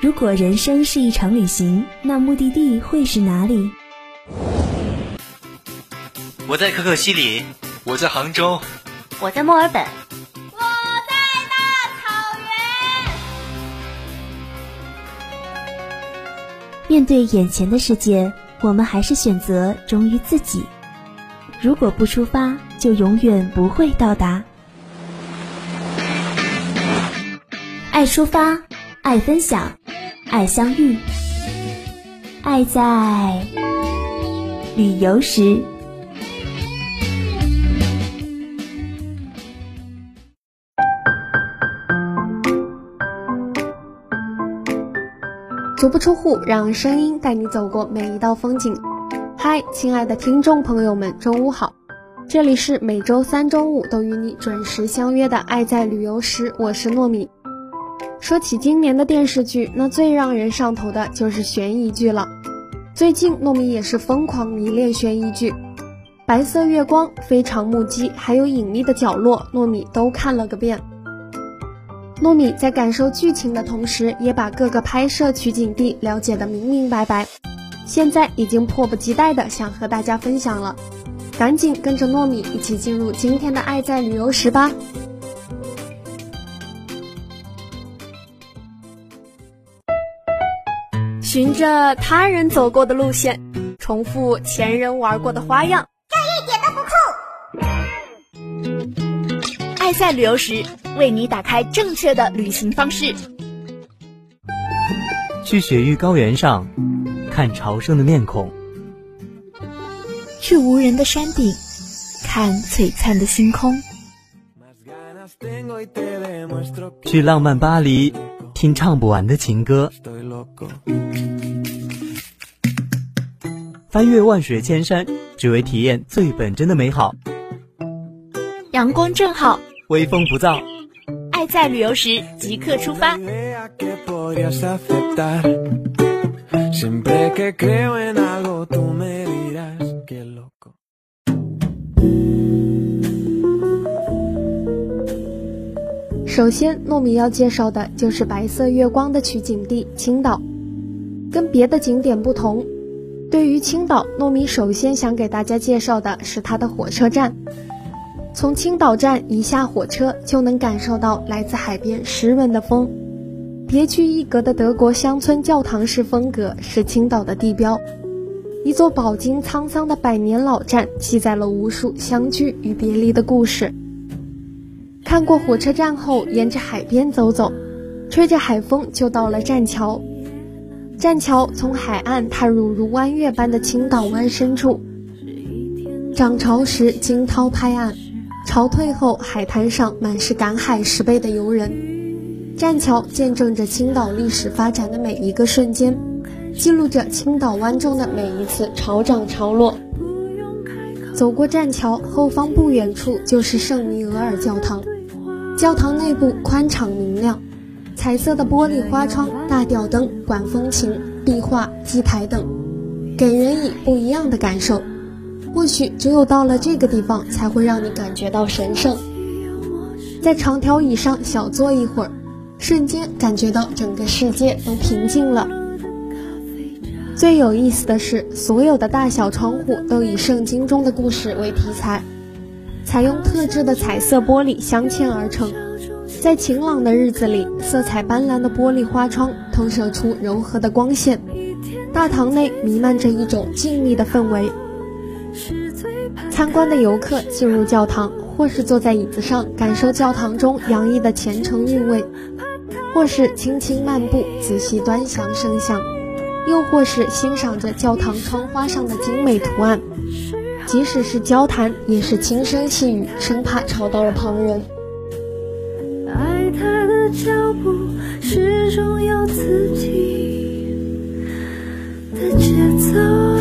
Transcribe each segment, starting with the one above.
如果人生是一场旅行，那目的地会是哪里？ 我在可可西里， 我在杭州， 我在墨尔本， 我在大草原。 面对眼前的世界，我们还是选择忠于自己。如果不出发，就永远不会到达。爱出发，爱分享，爱相遇，爱在旅游时。 足不出户，让声音带你走过每一道风景。嗨，亲爱的听众朋友们，中午好！这里是每周三中午都与你准时相约的爱在旅游时，我是糯米。说起今年的电视剧，那最让人上头的就是悬疑剧了。最近糯米也是疯狂迷恋悬疑剧，白色月光、非常目击还有隐秘的角落，糯米都看了个遍。糯米在感受剧情的同时，也把各个拍摄取景地了解得明明白白，现在已经迫不及待地想和大家分享了，赶紧跟着糯米一起进入今天的爱在旅游时吧。循着他人走过的路线，重复前人玩过的花样， 这一点都不酷。 爱在旅游时为你打开正确的旅行方式。 去雪域高原上看朝圣的面孔， 去无人的山顶看璀璨的星空， 去浪漫巴黎听唱不完的情歌，翻越万水千山，只为体验最本真的美好。 阳光正好， 微风不燥， 爱在旅游时即刻出发。 首先糯米要介绍的就是白色月光的取景地青岛。跟别的景点不同，对于青岛，糯米首先想给大家介绍的是它的火车站。从青岛站一下火车，就能感受到来自海边湿润的风。别具一格的德国乡村教堂式风格是青岛的地标，一座饱经沧桑的百年老站，记载了无数相聚与别离的故事。看过火车站后，沿着海边走走，吹着海风就到了栈桥。栈桥从海岸踏入如弯月般的青岛湾深处，涨潮时惊涛拍岸，潮退后海滩上满是赶海拾贝的游人。栈桥见证着青岛历史发展的每一个瞬间，记录着青岛湾中的每一次潮涨潮落。走过栈桥，后方不远处就是圣弥额尔教堂。教堂内部宽敞明亮，彩色的玻璃花窗、大吊灯、管风琴、壁画、祭台等，给人以不一样的感受。或许只有到了这个地方，才会让你感觉到神圣。在长条椅上小坐一会儿，瞬间感觉到整个世界都平静了。最有意思的是，所有的大小窗户都以圣经中的故事为题材，采用特制的彩色玻璃镶嵌而成。在晴朗的日子里，色彩斑斓的玻璃花窗投射出柔和的光线，大堂内弥漫着一种静谧的氛围。参观的游客进入教堂，或是坐在椅子上感受教堂中洋溢的虔诚韵味，或是轻轻漫步仔细端详声响，又或是欣赏着教堂窗花上的精美图案。即使是交谈，也是轻声细语，生怕吵到了旁人。 爱他的脚步始终有自己的节奏。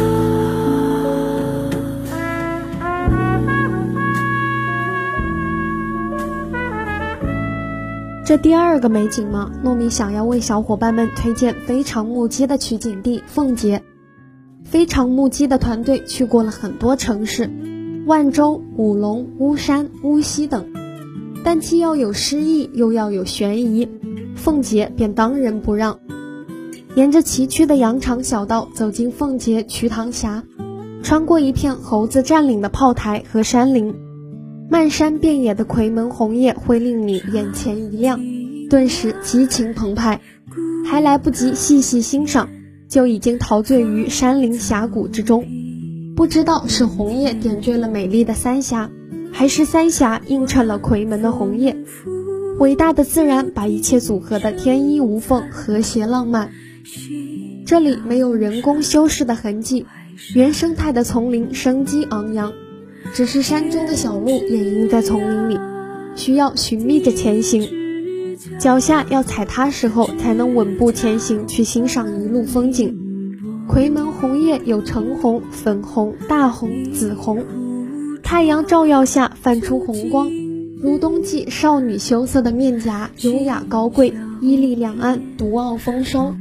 这第二个美景嘛，糯米想要为小伙伴们推荐非常目击的取景地奉节。非常目击的团队去过了很多城市，万州、武隆、巫山、巫溪等，但既要有诗意又要有悬疑，奉节便当仁不让。 沿着崎岖的羊肠小道走进奉节瞿塘峡，穿过一片猴子占领的炮台和山林，漫山遍野的夔门红叶会令你眼前一亮，顿时激情澎湃，还来不及细细欣赏，就已经陶醉于山林峡谷之中。不知道是红叶点缀了美丽的三峡，还是三峡映衬了夔门的红叶，伟大的自然把一切组合的天衣无缝，和谐浪漫。这里没有人工修饰的痕迹，原生态的丛林生机昂扬，只是山中的小路掩映在丛林里，需要寻觅着前行，脚下要踩踏实后才能稳步前行，去欣赏一路风景。夔门红叶有橙红、粉红、大红、紫红，太阳照耀下泛出红光，如冬季少女羞涩的面颊，优雅高贵，屹立两岸，独傲风霜。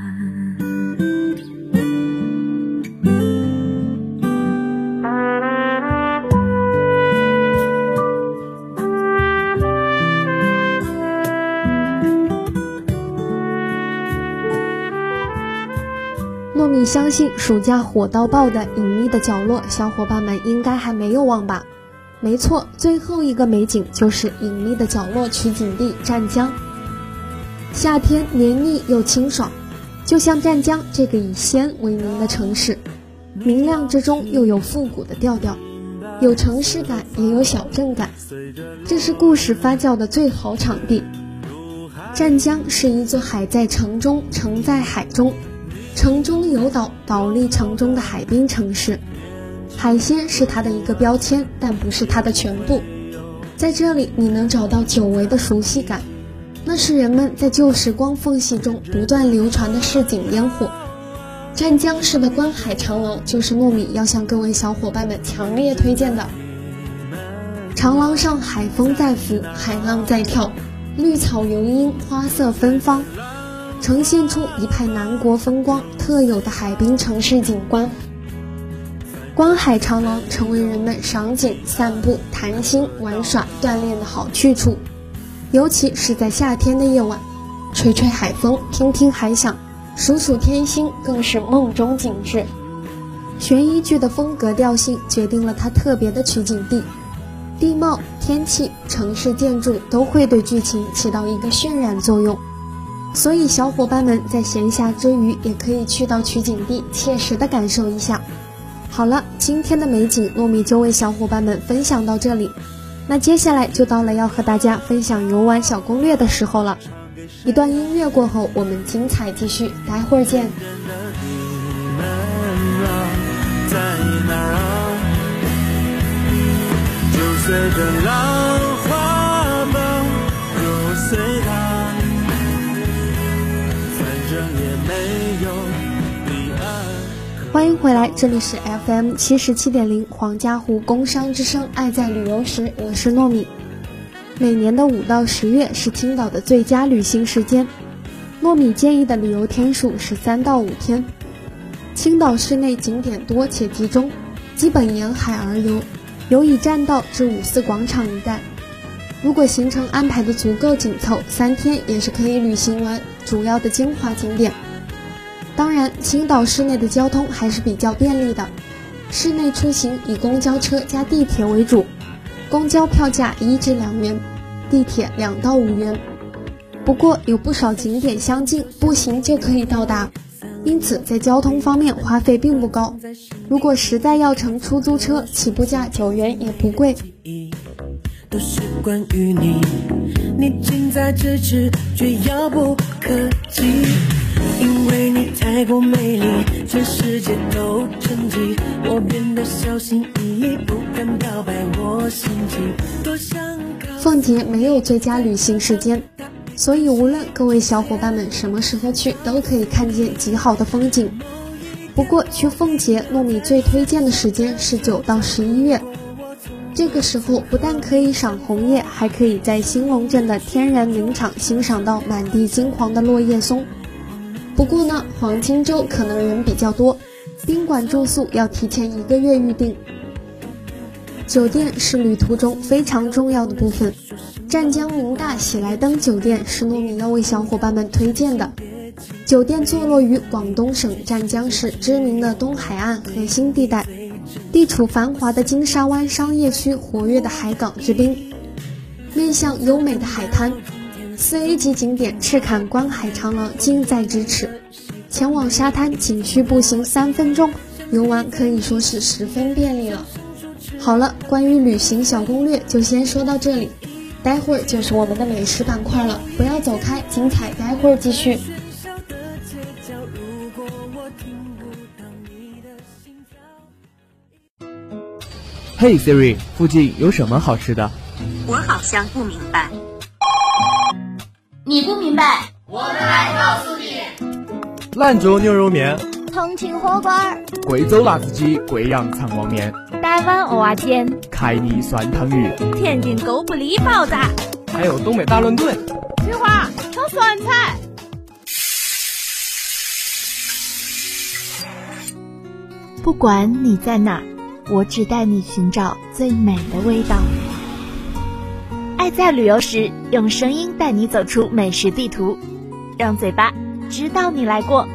糯米相信暑假火到爆的隐秘的角落，小伙伴们应该还没有忘吧？没错，最后一个美景就是隐秘的角落取景地湛江。夏天黏腻又清爽，就像湛江这个以仙为名的城市，明亮之中又有复古的调调，有城市感也有小镇感，这是故事发酵的最好场地。湛江是一座海在城中，城在海中，城中有岛，岛立城中的海滨城市。海鲜是它的一个标签，但不是它的全部。在这里你能找到久违的熟悉感，那是人们在旧时光缝隙中不断流传的市井烟火。湛江市的观海长廊就是糯米要向各位小伙伴们强烈推荐的。长廊上海风在拂，海浪在跳，绿草游莺，花色芬芳，呈现出一派南国风光特有的海滨城市景观。观海长廊成为人们赏景、散步、谈心、玩耍、锻炼的好去处，尤其是在夏天的夜晚，吹吹海风，听听海响，数数天星，更是梦中景致。悬疑剧的风格调性决定了它特别的取景地，地貌、天气、城市建筑都会对剧情起到一个渲染作用，所以小伙伴们在闲暇之余也可以去到取景地切实的感受一下。好了，今天的美景糯米就为小伙伴们分享到这里，那接下来就到了要和大家分享游玩小攻略的时候了。一段音乐过后，我们精彩继续，待会儿见。 在哪儿啊？就随着浪花吧，就随它，反正也没有彼岸。 欢迎回来，这里是 FM 77.0黄家湖工商之声，爱在旅游时，我是糯米。每年的5到10月是青岛的最佳旅行时间，糯米建议的旅游天数是3到5天。青岛市内景点多且集中，基本沿海而游，尤以栈道至五四广场一带。如果行程安排的足够紧凑，3天也是可以旅行完主要的精华景点。当然，青岛市内的交通还是比较便利的，市内出行以公交车加地铁为主，公交票价1至2元，地铁2到5元。不过有不少景点相近，步行就可以到达，因此在交通方面花费并不高。如果实在要乘出租车，起步价9元也不贵。 都是关于你，你近在咫尺却遥不可及，因为你太过美丽，全世界都沉寂，我变得小心翼翼，不敢表白我心迹，多想奉节没有最佳旅行时间，所以无论各位小伙伴们什么时候去，都可以看见极好的风景。不过去奉节，糯米最推荐的时间是9到11月，这个时候不但可以赏红叶，还可以在兴隆镇的天然林场欣赏到满地金黄的落叶松。不过呢，黄金周可能人比较多，宾馆住宿要提前1个月预定。酒店是旅途中非常重要的部分，湛江明大喜来登酒店是糯米要为小伙伴们推荐的。 酒店坐落于广东省湛江市知名的东海岸核心地带，地处繁华的金沙湾商业区活跃的海港之滨，面向优美的海滩，4A 级景点赤坎观海长廊近在咫尺，前往沙滩仅需步行3分钟，游玩可以说是十分便利了。好了，关于旅行小攻略就先说到这里，待会儿就是我们的美食板块了，不要走开，精彩待会儿继续。 嘿 Siri， 附近有什么好吃的？ 我好像不明白。 你不明白， 我们来告诉你。 兰州牛肉面， 重庆火锅， 贵州辣子鸡，贵阳肠旺面， 台湾蚵仔煎， 凯里酸汤鱼， 天津狗不理包子， 还有东北大乱炖。 菊花炒酸菜。 不管你在哪，我只带你寻找最美的味道。爱在旅游时，用声音带你走出美食地图，让嘴巴知道你来过。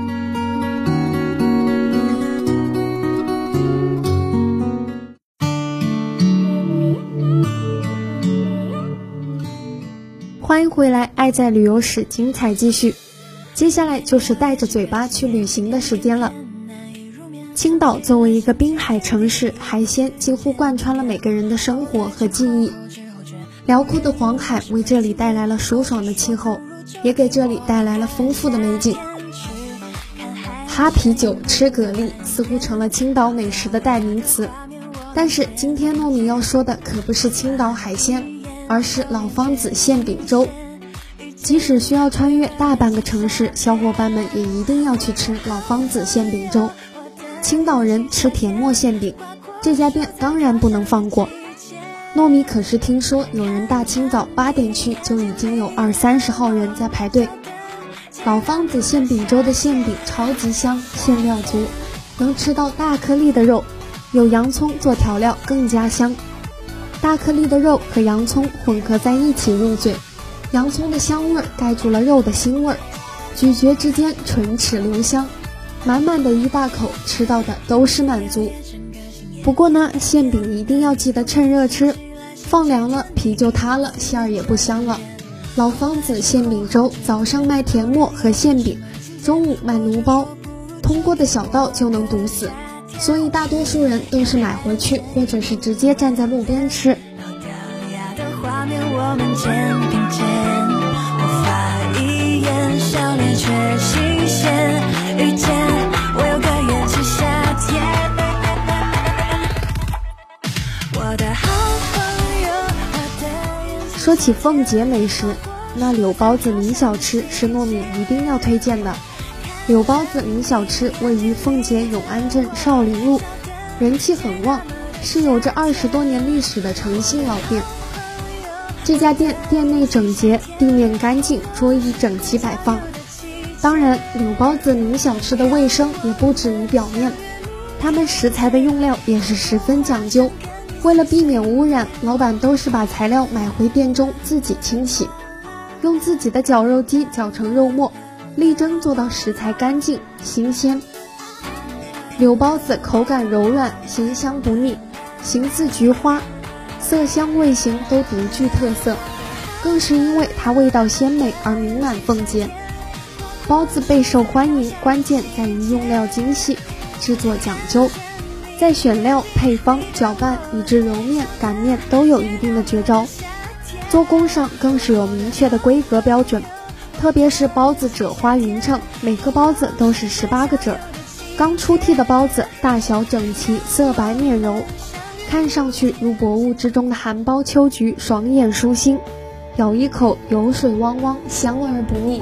欢迎回来，爱在旅游时，精彩继续。接下来就是带着嘴巴去旅行的时间了。青岛作为一个滨海城市，海鲜几乎贯穿了每个人的生活和记忆。辽阔的黄海为这里带来了舒爽的气候，也给这里带来了丰富的美景。哈啤酒、吃蛤蜊似乎成了青岛美食的代名词，但是今天糯米要说的可不是青岛海鲜，而是老方子馅饼粥。即使需要穿越大半个城市，小伙伴们也一定要去吃老方子馅饼粥。青岛人吃甜沫馅饼，这家店当然不能放过。糯米可是听说有人大清早8点去就已经有20-30号人在排队。老方子馅饼粥的馅饼超级香，馅料足，能吃到大颗粒的肉，有洋葱做调料更加香。大颗粒的肉和洋葱混合在一起入嘴，洋葱的香味盖住了肉的腥味，咀嚼之间唇齿留香，满满的一大口，吃到的都是满足。不过呢，馅饼一定要记得趁热吃，放凉了皮就塌了，馅儿也不香了。老方子馅饼粥早上卖甜沫和馅饼，中午卖炉包，通过的小道就能堵死，所以大多数人都是买回去，或者是直接站在路边吃。说起奉节美食，那柳包子名小吃是糯米一定要推荐的。柳包子名小吃位于奉节永安镇少林路，人气很旺，是有着20多年历史的诚信老店。这家店店内整洁，地面干净，桌椅整齐摆放。当然，柳包子名小吃的卫生也不止于表面，他们食材的用料也是十分讲究。为了避免污染，老板都是把材料买回店中自己清洗，用自己的绞肉机绞成肉末，力争做到食材干净新鲜。柳包子口感柔软，鲜香不腻，形似菊花，色香味形都独具特色，更是因为它味道鲜美而名满奉节。包子备受欢迎，关键在于用料精细，制作讲究，在选料、配方、搅拌以至揉面、擀面都有一定的绝招，做工上更是有明确的规格标准。特别是包子褶花匀称，每个包子都是18个褶，刚出屉的包子大小整齐，色白面柔，看上去如薄雾之中的含苞秋菊，爽眼舒心，咬一口油水汪汪，香而不腻。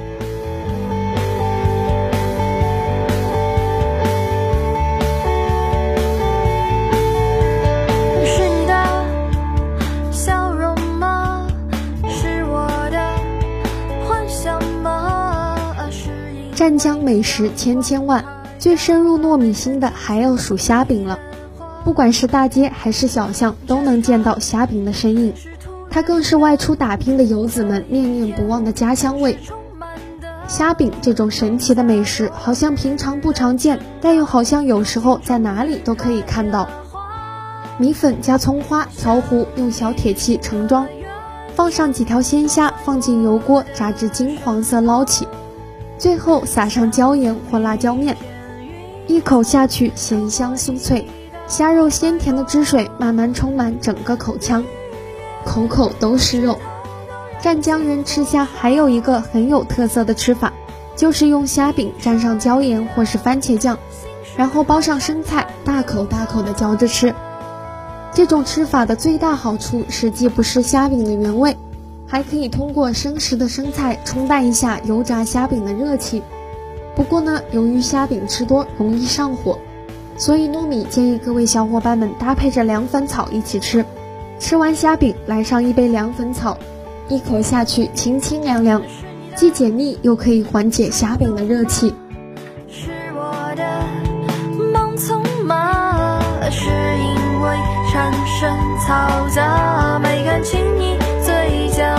湛江美食千万，最深入糯米心的还要数虾饼了。不管是大街还是小巷，都能见到虾饼的身影，它更是外出打拼的游子们念念不忘的家乡味。 虾饼这种神奇的美食好像平常不常见，但又好像有时候在哪里都可以看到。米粉加葱花调糊，用小铁器盛装，放上几条鲜虾，放进油锅炸至金黄色捞起，最后撒上椒盐或辣椒面，一口下去咸香酥脆，虾肉鲜甜的汁水慢慢充满整个口腔，口口都是肉。湛江人吃虾还有一个很有特色的吃法，就是用虾饼蘸上椒盐或是番茄酱，然后包上生菜，大口大口地嚼着吃。这种吃法的最大好处是既不失虾饼的原味，还可以通过生食的生菜冲淡一下油炸虾饼的热气。不过呢，由于虾饼吃多容易上火，所以糯米建议各位小伙伴们搭配着凉粉草一起吃。吃完虾饼来上一杯凉粉草，一口下去清清凉凉，既解腻又可以缓解虾饼的热气。 是我的梦匆忙，是因为产生嘈杂，没看清你嘴角，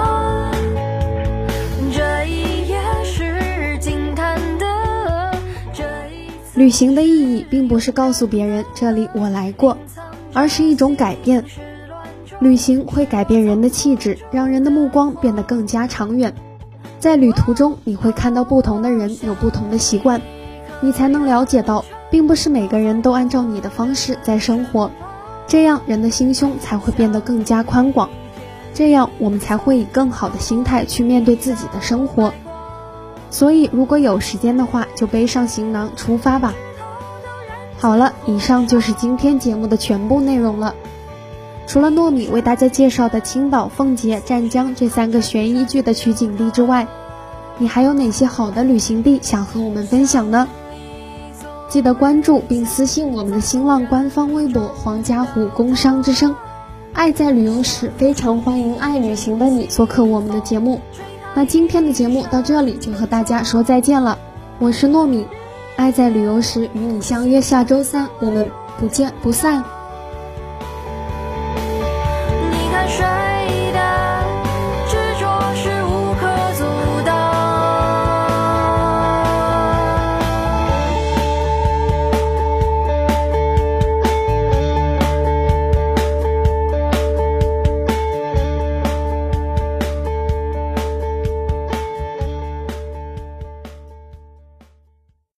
这一夜是惊叹的。 旅行的意义并不是告诉别人这里我来过，而是一种改变。旅行会改变人的气质，让人的目光变得更加长远。在旅途中，你会看到不同的人有不同的习惯，你才能了解到，并不是每个人都按照你的方式在生活。这样人的心胸才会变得更加宽广，这样我们才会以更好的心态去面对自己的生活。所以如果有时间的话，就背上行囊出发吧。好了，以上就是今天节目的全部内容了。除了糯米为大家介绍的青岛、奉节、湛江这3个悬疑剧的取景地之外，你还有哪些好的旅行地想和我们分享呢？记得关注并私信我们的新浪官方微博黄家湖工商之声，爱在旅游时非常欢迎爱旅行的你做客我们的节目。那今天的节目到这里就和大家说再见了，我是糯米，爱在旅游时与你相约下周3，我们不见不散。